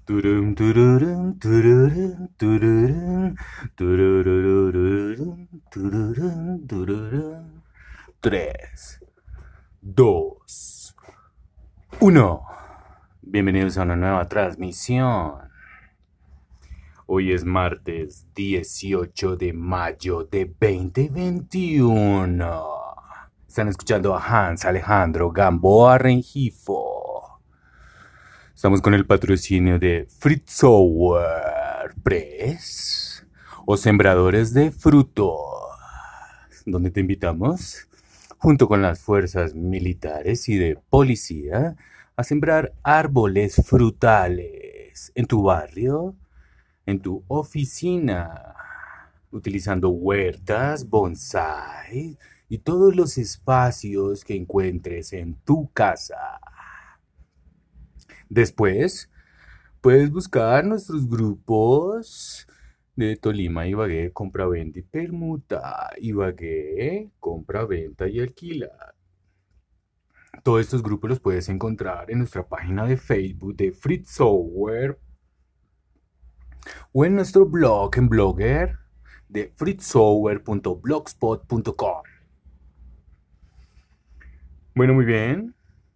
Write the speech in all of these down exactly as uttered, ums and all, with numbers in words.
Turum, tururum, tururum, tururum, tururururum, tururum, tururum. Tres, dos, uno. Bienvenidos a una nueva transmisión. Hoy es martes dieciocho de mayo de dos mil veintiuno. Están escuchando a Hans Alejandro Gamboa Rengifo. Estamos con el patrocinio de Fruit Sour Press o Sembradores de Frutos, donde te invitamos, junto con las fuerzas militares y de policía, a sembrar árboles frutales en tu barrio, en tu oficina, utilizando huertas, bonsai y todos los espacios que encuentres en tu casa. Después, puedes buscar nuestros grupos de Tolima, Ibagué, compra-venta y permuta, Ibagué, compra-venta y alquila. Todos estos grupos los puedes encontrar en nuestra página de Facebook de Fruit Sour o en nuestro blog en Blogger de fruit sour punto blogspot punto com. Bueno, muy bien.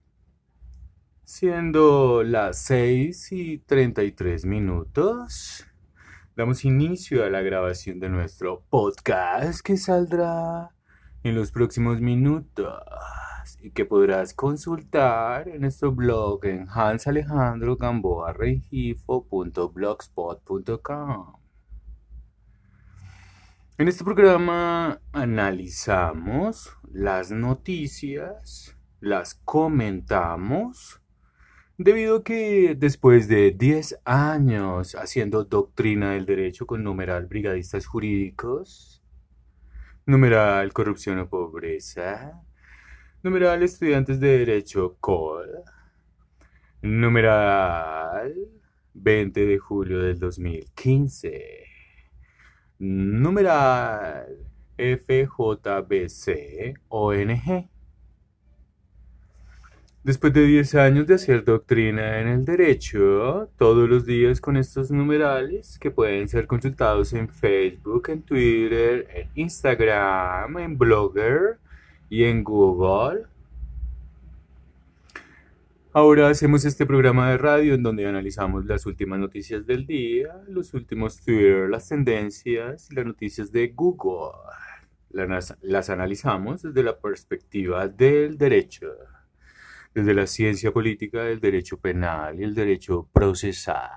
Siendo las seis y treinta y tres minutos, damos inicio a la grabación de nuestro podcast que saldrá en los próximos minutos y que podrás consultar en nuestro blog en hans alejandro gamboa rengifo punto blogspot punto com. En este programa analizamos las noticias, las comentamos, debido a que después de diez años haciendo doctrina del derecho con numeral brigadistas jurídicos, numeral corrupción o pobreza, numeral estudiantes de derecho C O L, numeral veinte de julio del dos mil quince, numeral F J B C O N G. Después de diez años de hacer doctrina en el derecho, todos los días con estos numerales que pueden ser consultados en Facebook, en Twitter, en Instagram, en Blogger y en Google. Ahora hacemos este programa de radio en donde analizamos las últimas noticias del día, los últimos Twitter, las tendencias y las noticias de Google. Las, las analizamos desde la perspectiva del derecho, desde la ciencia política del derecho penal y el derecho procesal.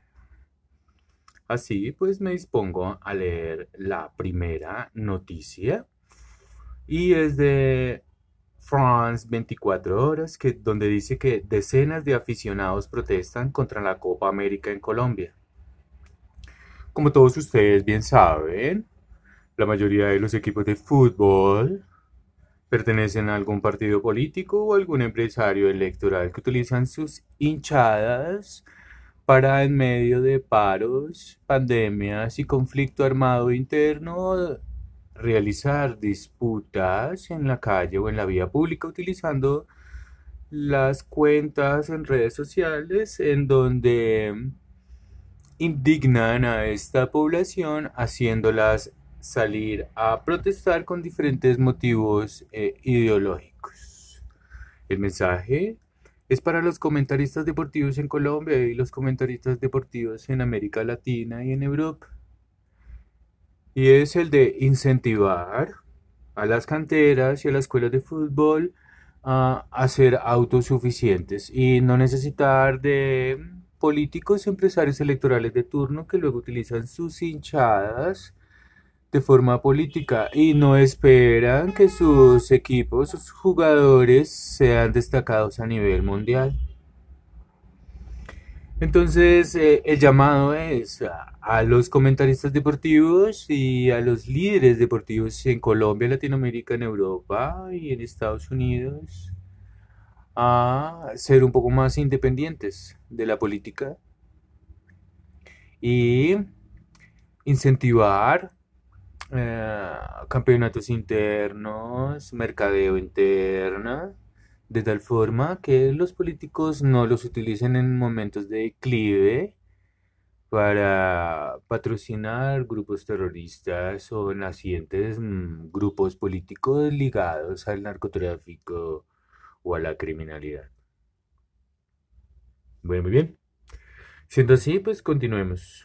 Así pues me dispongo a leer la primera noticia y es de France veinticuatro horas, que, donde dice que decenas de aficionados protestan contra la Copa América en Colombia. Como todos ustedes bien saben, la mayoría de los equipos de fútbol pertenecen a algún partido político o algún empresario electoral que utilizan sus hinchadas para, en medio de paros, pandemias y conflicto armado interno, realizar disputas en la calle o en la vía pública utilizando las cuentas en redes sociales en donde indignan a esta población haciéndolas salir a protestar con diferentes motivos eh, ideológicos. El mensaje es para los comentaristas deportivos en Colombia y los comentaristas deportivos en América Latina y en Europa. Y es el de incentivar a las canteras y a las escuelas de fútbol a, a ser autosuficientes y no necesitar de políticos empresarios electorales de turno que luego utilizan sus hinchadas de forma política y no esperan que sus equipos, sus jugadores sean destacados a nivel mundial. Entonces, eh, el llamado es a, a los comentaristas deportivos y a los líderes deportivos en Colombia, Latinoamérica, en Europa y en Estados Unidos a ser un poco más independientes de la política y incentivar eh, campeonatos internos, mercadeo interno, de tal forma que los políticos no los utilicen en momentos de declive para patrocinar grupos terroristas o nacientes mm, grupos políticos ligados al narcotráfico o a la criminalidad. Bueno, muy bien. Siendo así, pues continuemos.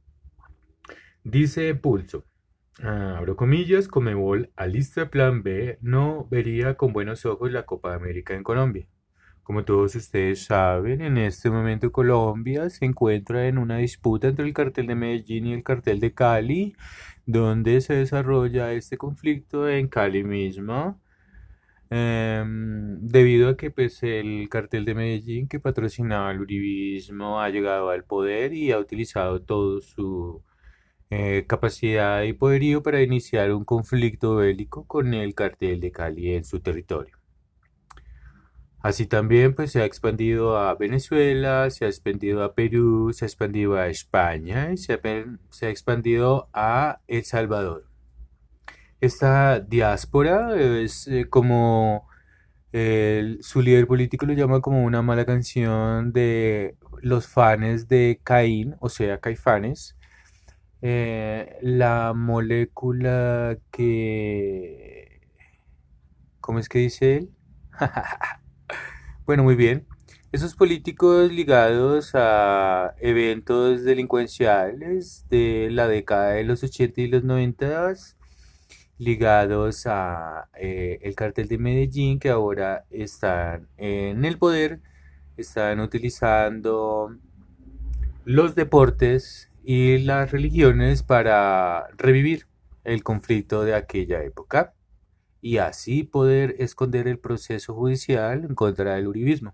Dice Pulso. Ah, abro comillas, Comebol alista plan B, no vería con buenos ojos la Copa de América en Colombia. Como todos ustedes saben, en este momento Colombia se encuentra en una disputa entre el cartel de Medellín y el cartel de Cali, donde se desarrolla este conflicto en Cali mismo, em, debido a que pues, el cartel de Medellín que patrocinaba el uribismo ha llegado al poder y ha utilizado todo su eh, capacidad y poderío para iniciar un conflicto bélico con el cartel de Cali en su territorio. Así también pues se ha expandido a Venezuela, se ha expandido a Perú, se ha expandido a España y se ha, se ha expandido a El Salvador. Esta diáspora es eh, como eh, su líder político lo llama como una mala canción de los fans de Caín, o sea, Caifanes. Eh, la molécula que... ¿Cómo es que dice él? Bueno, muy bien. Esos políticos ligados a eventos delincuenciales de la década de los ochenta y los noventa, ligados a eh, el cartel de Medellín, que ahora están en el poder, están utilizando los deportes y las religiones para revivir el conflicto de aquella época y así poder esconder el proceso judicial en contra del uribismo.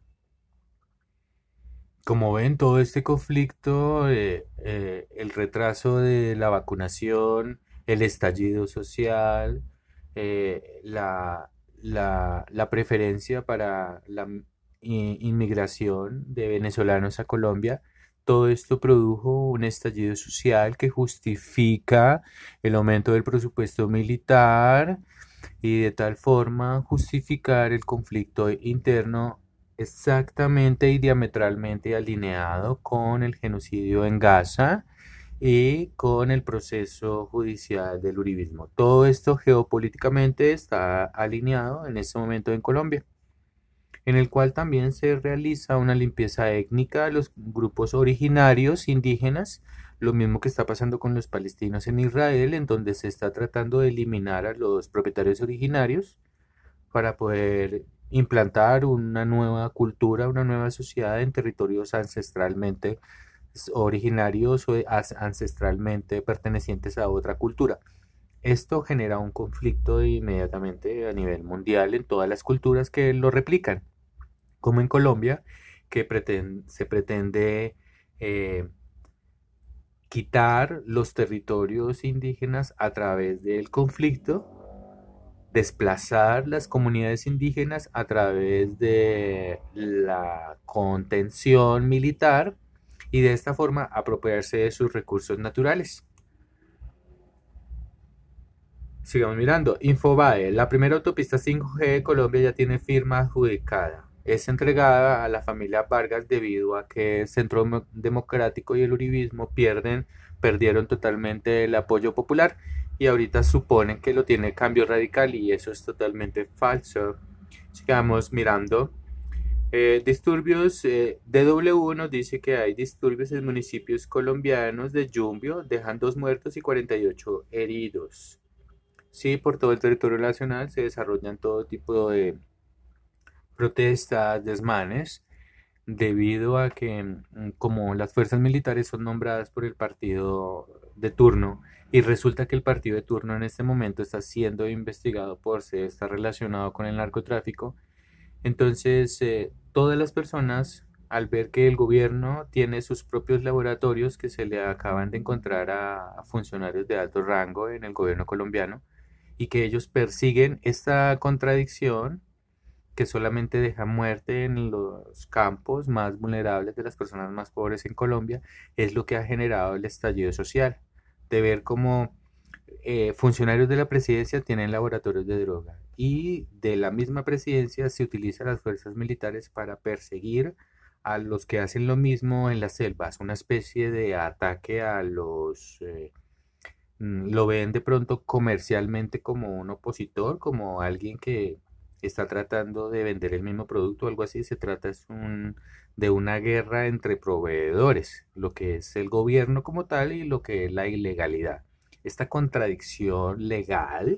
Como ven, todo este conflicto, eh, eh, el retraso de la vacunación, el estallido social, eh, la, la- la preferencia para la i- inmigración de venezolanos a Colombia, todo esto produjo un estallido social que justifica el aumento del presupuesto militar y de tal forma justificar el conflicto interno exactamente y diametralmente alineado con el genocidio en Gaza y con el proceso judicial del uribismo. Todo esto geopolíticamente está alineado en este momento en Colombia, en el cual también se realiza una limpieza étnica de los grupos originarios indígenas, lo mismo que está pasando con los palestinos en Israel, en donde se está tratando de eliminar a los propietarios originarios para poder implantar una nueva cultura, una nueva sociedad en territorios ancestralmente originarios o ancestralmente pertenecientes a otra cultura. Esto genera un conflicto inmediatamente a nivel mundial en todas las culturas que lo replican, como en Colombia, que pretende, se pretende eh, quitar los territorios indígenas a través del conflicto, desplazar las comunidades indígenas a través de la contención militar y de esta forma apropiarse de sus recursos naturales. Sigamos mirando. Infobae, la primera autopista cinco G de Colombia ya tiene firma adjudicada. Es entregada a la familia Vargas debido a que el Centro Democrático y el Uribismo pierden, perdieron totalmente el apoyo popular y ahorita suponen que lo tiene Cambio Radical y eso es totalmente falso. Sigamos mirando. Eh, disturbios, eh, D W nos dice que hay disturbios en municipios colombianos de Yumbio, dejan dos muertos y cuarenta y ocho heridos. Sí, por todo el territorio nacional se desarrollan todo tipo de protestas, desmanes, debido a que mm, como las fuerzas militares son nombradas por el partido de turno y resulta que el partido de turno en este momento está siendo investigado por ser está relacionado con el narcotráfico, entonces eh, todas las personas al ver que el gobierno tiene sus propios laboratorios que se le acaban de encontrar a, a funcionarios de alto rango en el gobierno colombiano, y que ellos persiguen esta contradicción que solamente deja muerte en los campos más vulnerables de las personas más pobres en Colombia, es lo que ha generado el estallido social, de ver cómo eh, funcionarios de la presidencia tienen laboratorios de droga y de la misma presidencia se utilizan las fuerzas militares para perseguir a los que hacen lo mismo en las selvas, una especie de ataque a los... eh, mm, lo ven de pronto comercialmente como un opositor, como alguien que está tratando de vender el mismo producto o algo así. Se trata es un, de una guerra entre proveedores, lo que es el gobierno como tal y lo que es la ilegalidad. Esta contradicción legal,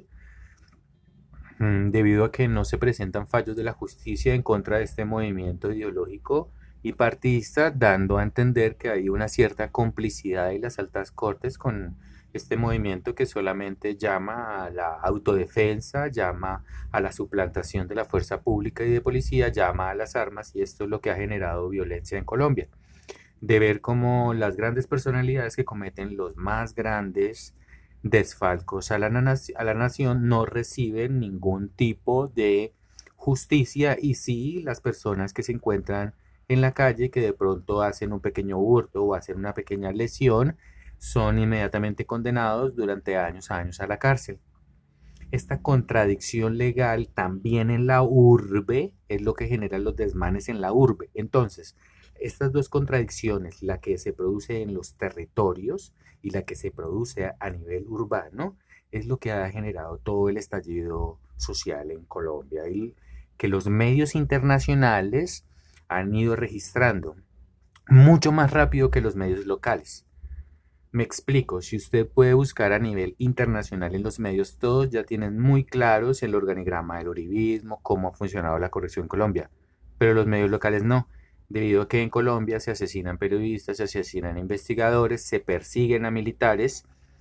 mm, debido a que no se presentan fallos de la justicia en contra de este movimiento ideológico y partidista, dando a entender que hay una cierta complicidad de las altas cortes con este movimiento que solamente llama a la autodefensa, llama a la suplantación de la fuerza pública y de policía, llama a las armas, y esto es lo que ha generado violencia en Colombia. De ver cómo las grandes personalidades que cometen los más grandes desfalcos a la, a la nación no reciben ningún tipo de justicia, y sí las personas que se encuentran en la calle, que de pronto hacen un pequeño hurto o hacen una pequeña lesión, son inmediatamente condenados durante años a años a la cárcel. Esta contradicción legal también en la urbe es lo que genera los desmanes en la urbe. Entonces, estas dos contradicciones, la que se produce en los territorios y la que se produce a nivel urbano, es lo que ha generado todo el estallido social en Colombia y que los medios internacionales han ido registrando mucho más rápido que los medios locales. Me explico, si usted puede buscar a nivel internacional en los medios, todos ya tienen muy claros el organigrama del uribismo, cómo ha funcionado la corrección en Colombia, pero los medios locales no, debido a que en Colombia se asesinan periodistas, se asesinan investigadores, se persiguen a militares,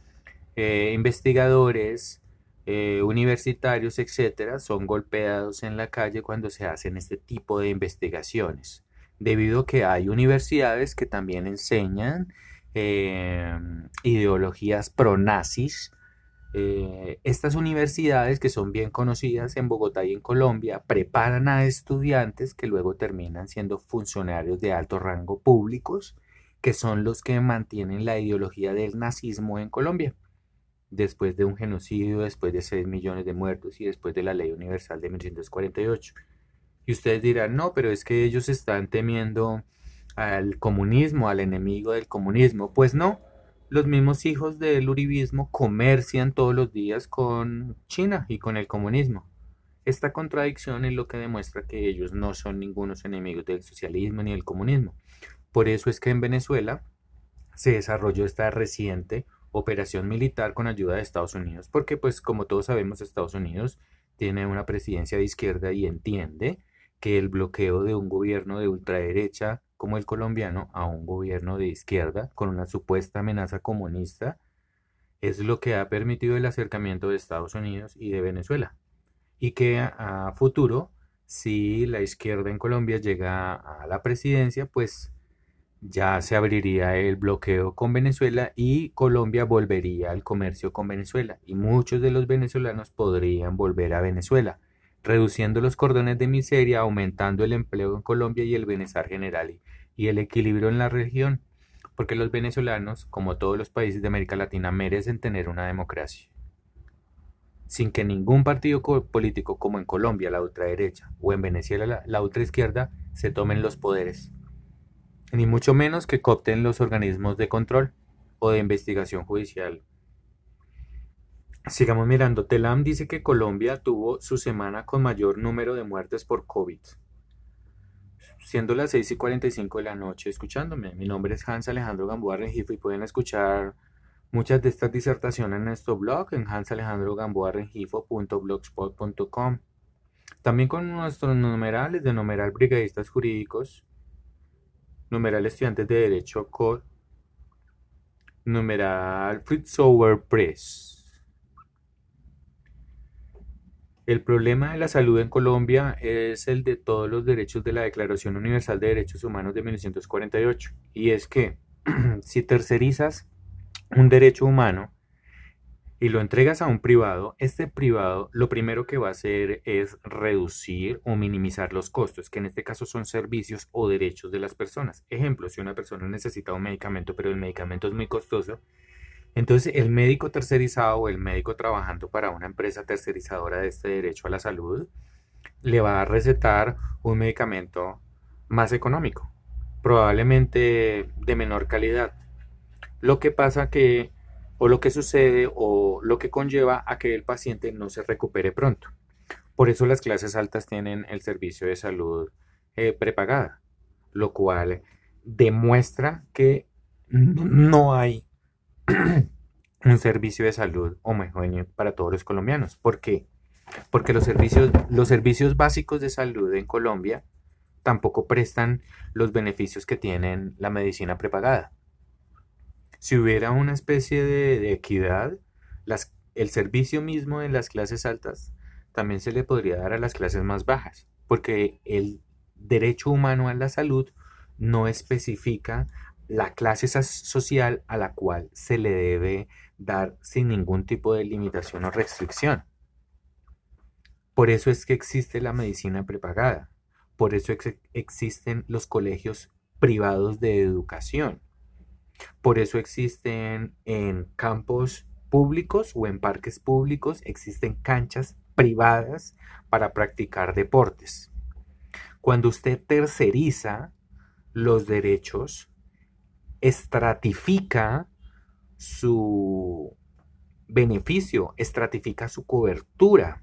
eh, investigadores, eh, universitarios, etcétera, son golpeados en la calle cuando se hacen este tipo de investigaciones, debido a que hay universidades que también enseñan eh, ideologías pronazis. Eh, estas universidades, que son bien conocidas en Bogotá y en Colombia, preparan a estudiantes que luego terminan siendo funcionarios de alto rango públicos, que son los que mantienen la ideología del nazismo en Colombia, después de un genocidio, después de seis millones de muertos y después de la Ley Universal de mil novecientos cuarenta y ocho. Y ustedes dirán, no, pero es que ellos están temiendo al comunismo, al enemigo del comunismo. Pues no, los mismos hijos del uribismo comercian todos los días con China y con el comunismo. Esta contradicción es lo que demuestra que ellos no son ningunos enemigos del socialismo ni del comunismo. Por eso es que en Venezuela se desarrolló esta reciente operación militar con ayuda de Estados Unidos, porque pues como todos sabemos, Estados Unidos tiene una presidencia de izquierda y entiende que el bloqueo de un gobierno de ultraderecha como el colombiano a un gobierno de izquierda con una supuesta amenaza comunista es lo que ha permitido el acercamiento de Estados Unidos y de Venezuela. Y que a, a futuro, si la izquierda en Colombia llega a la presidencia, pues ya se abriría el bloqueo con Venezuela y Colombia volvería al comercio con Venezuela y muchos de los venezolanos podrían volver a Venezuela, reduciendo los cordones de miseria, aumentando el empleo en Colombia y el bienestar general y, y el equilibrio en la región, porque los venezolanos, como todos los países de América Latina, merecen tener una democracia, sin que ningún partido político como en Colombia, la ultraderecha, o en Venezuela, la, la ultraizquierda, se tomen los poderes, ni mucho menos que coopten los organismos de control o de investigación judicial. Sigamos mirando. Telam dice que Colombia tuvo su semana con mayor número de muertes por COVID, siendo las seis y cuarenta y cinco de la noche escuchándome. Mi nombre es Hans Alejandro Gamboa Rengifo y pueden escuchar muchas de estas disertaciones en nuestro blog en hans alejandro gamboa rengifo punto blogspot punto com. También con nuestros numerales de numeral brigadistas jurídicos, numeral estudiantes de Derecho C O D, numeral Fritz Sauer Press. El problema de la salud en Colombia es el de todos los derechos de la Declaración Universal de Derechos Humanos de mil novecientos cuarenta y ocho. Y es que si tercerizas un derecho humano y lo entregas a un privado, este privado lo primero que va a hacer es reducir o minimizar los costos, que en este caso son servicios o derechos de las personas. Ejemplo, si una persona necesita un medicamento, pero el medicamento es muy costoso, entonces el médico tercerizado o el médico trabajando para una empresa tercerizadora de este derecho a la salud le va a recetar un medicamento más económico. probablemente de menor calidad. Lo que pasa que, o lo que sucede, o lo que conlleva a que el paciente no se recupere pronto. Por eso las clases altas tienen el servicio de salud eh, prepagada, lo cual demuestra que no hay un servicio de salud homogéneo para todos los colombianos. ¿Por qué? Porque los servicios, los servicios básicos de salud en Colombia tampoco prestan los beneficios que tienen la medicina prepagada. Si hubiera una especie de, de equidad, las, el servicio mismo en las clases altas también se le podría dar a las clases más bajas, porque el derecho humano a la salud no especifica la clase social a la cual se le debe dar sin ningún tipo de limitación o restricción. Por eso es que existe la medicina prepagada, por eso ex existen los colegios privados de educación, por eso existen en campos públicos o en parques públicos, existen canchas privadas para practicar deportes. Cuando usted terceriza los derechos, estratifica su beneficio, estratifica su cobertura,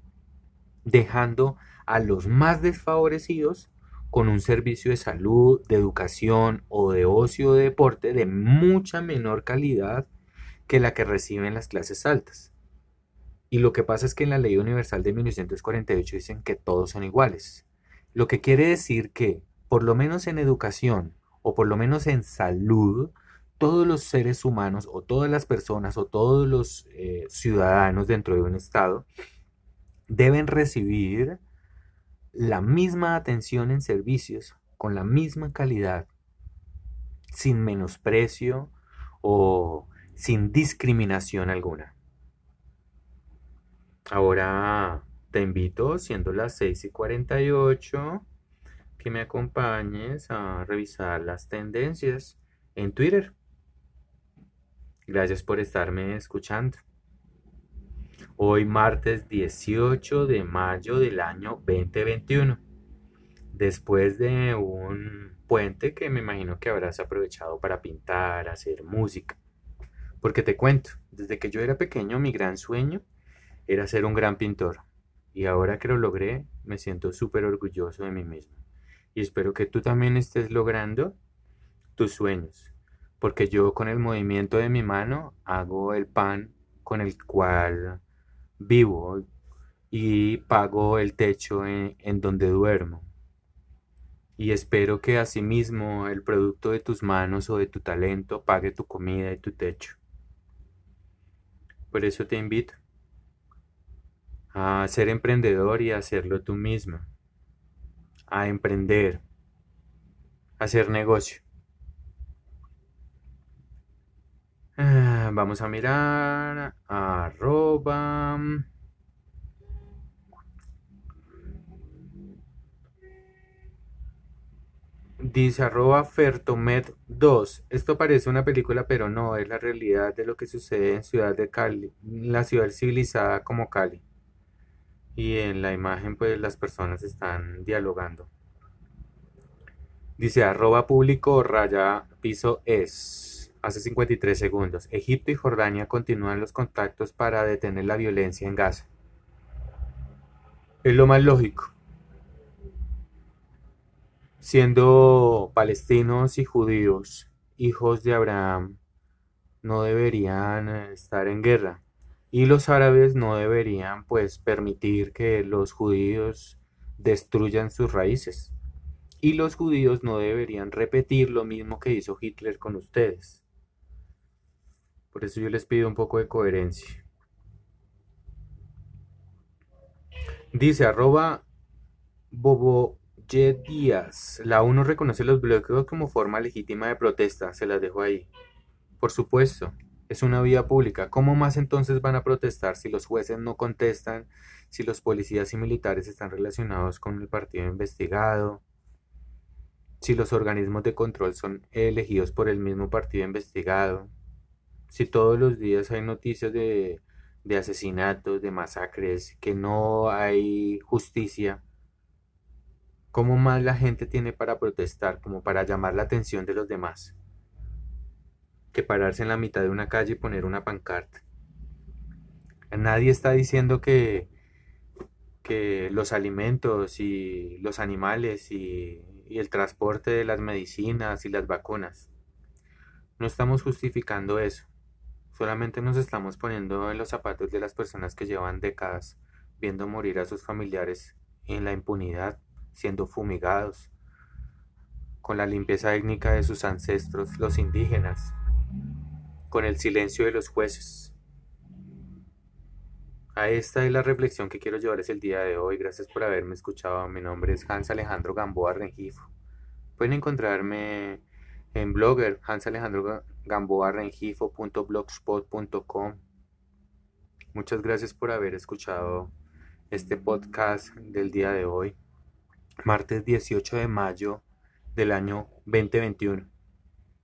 dejando a los más desfavorecidos con un servicio de salud, de educación o de ocio o de deporte de mucha menor calidad que la que reciben las clases altas. Y lo que pasa es que en la Ley Universal de mil novecientos cuarenta y ocho dicen que todos son iguales. Lo que quiere decir que, por lo menos en educación o por lo menos en salud, todos los seres humanos o todas las personas o todos los eh, ciudadanos dentro de un estado deben recibir la misma atención en servicios con la misma calidad, sin menosprecio o sin discriminación alguna. Ahora te invito, siendo las seis y cuarenta y ocho, que me acompañes a revisar las tendencias en Twitter. Gracias por estarme escuchando. Hoy martes dieciocho de mayo del año veinte veintiuno. Después de un puente que me imagino que habrás aprovechado para pintar, hacer música. Porque te cuento, desde que yo era pequeño mi gran sueño era ser un gran pintor. Y ahora que lo logré, me siento súper orgulloso de mí mismo. Y espero que tú también estés logrando tus sueños. Porque yo con el movimiento de mi mano hago el pan con el cual vivo y pago el techo en, en donde duermo. Y espero que asimismo el producto de tus manos o de tu talento pague tu comida y tu techo. Por eso te invito a ser emprendedor y a hacerlo tú mismo. A emprender, a hacer negocio. Ah, vamos a mirar. Arroba. Dice arroba Fertomed dos. Esto parece una película, pero no, es la realidad de lo que sucede en Ciudad de Cali, la ciudad civilizada como Cali. Y en la imagen, pues las personas están dialogando. Dice arroba público raya piso es. Hace cincuenta y tres segundos. Egipto y Jordania continúan los contactos para detener la violencia en Gaza. Es lo más lógico. Siendo palestinos y judíos hijos de Abraham, no deberían eh, estar en guerra. Y los árabes no deberían, pues, permitir que los judíos destruyan sus raíces. Y los judíos no deberían repetir lo mismo que hizo Hitler con ustedes. Por eso yo les pido un poco de coherencia. Dice arroba Bobo Y. Díaz. La ONU reconoce los bloqueos como forma legítima de protesta. Se las dejo ahí. Por supuesto, es una vía pública. ¿Cómo más entonces van a protestar si los jueces no contestan, si los policías y militares están relacionados con el partido investigado, si los organismos de control son elegidos por el mismo partido investigado, si todos los días hay noticias de, de asesinatos, de masacres, que no hay justicia? ¿Cómo más la gente tiene para protestar, como para llamar la atención de los demás, que pararse en la mitad de una calle y poner una pancarta? Nadie está diciendo que, que los alimentos y los animales y, y el transporte de las medicinas y las vacunas. No estamos justificando eso. Solamente nos estamos poniendo en los zapatos de las personas que llevan décadas viendo morir a sus familiares en la impunidad, siendo fumigados, con la limpieza étnica de sus ancestros, los indígenas, con el silencio de los jueces. A esta es la reflexión que quiero llevarles el día de hoy. Gracias por haberme escuchado. Mi nombre es Hans Alejandro Gamboa Rengifo. Pueden encontrarme en Blogger, hans alejandro gamboa rengifo punto blogspot punto com. Muchas gracias por haber escuchado este podcast del día de hoy, martes dieciocho de mayo del año dos mil veintiuno.